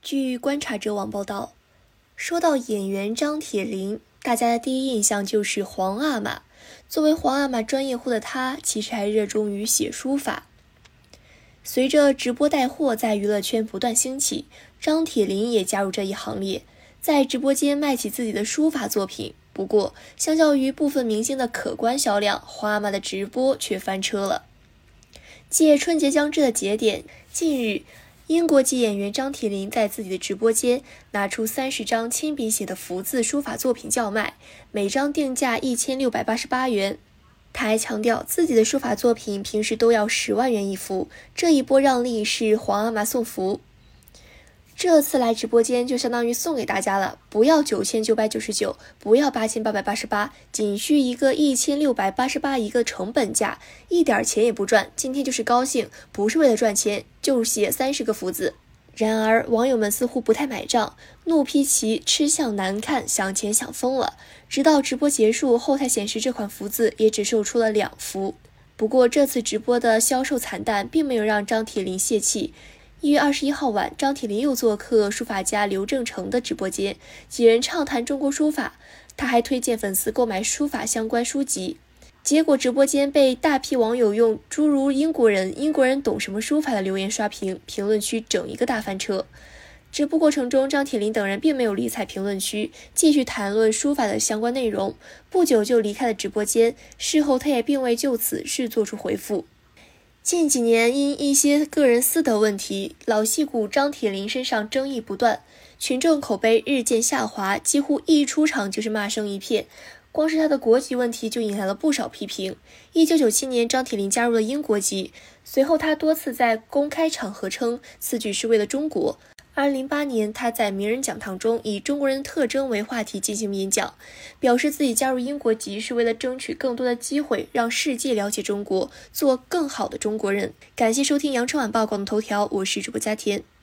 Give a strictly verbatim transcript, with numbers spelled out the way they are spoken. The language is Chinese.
据观察者网报道，说到演员张铁林，大家的第一印象就是皇阿玛。作为皇阿玛专业户的他，其实还热衷于写书法。随着直播带货在娱乐圈不断兴起，张铁林也加入这一行列，在直播间卖起自己的书法作品。不过，相较于部分明星的可观销量，皇阿玛的直播却翻车了。借春节将至的节点，近日，英国籍演员张铁林在自己的直播间拿出三十张亲笔写的福字书法作品叫卖，每张定价一千六百八十八元。他还强调自己的书法作品平时都要十万元一幅，这一波让利是皇阿玛送福。这次来直播间就相当于送给大家了，不要九千九百九十九，不要八千八百八十八，仅需一个一千六百八十八一个成本价，一点钱也不赚。今天就是高兴，不是为了赚钱，就写三十个福字。然而网友们似乎不太买账，怒批其吃相难看，想钱想疯了。直到直播结束，后台显示这款福字也只售出了两幅。不过这次直播的销售惨淡，并没有让张铁林泄气。一月二十一号晚，张铁林又做客书法家刘正成的直播间，几人畅谈中国书法，他还推荐粉丝购买书法相关书籍。结果直播间被大批网友用诸如英国人英国人懂什么书法的留言刷屏，评论区整一个大翻车。直播过程中，张铁林等人并没有理睬评论区，继续谈论书法的相关内容，不久就离开了直播间。事后他也并未就此事做出回复。近几年因一些个人私德问题，老戏骨张铁林身上争议不断，群众口碑日渐下滑，几乎一出场就是骂声一片。光是他的国籍问题就引来了不少批评。一九九七年，张铁林加入了英国籍，随后他多次在公开场合称此举是为了中国。二零零八年，他在名人讲堂中以中国人的特征为话题进行演讲，表示自己加入英国籍是为了争取更多的机会，让世界了解中国，做更好的中国人。感谢收听羊城晚报广东头条，我是主播佳田。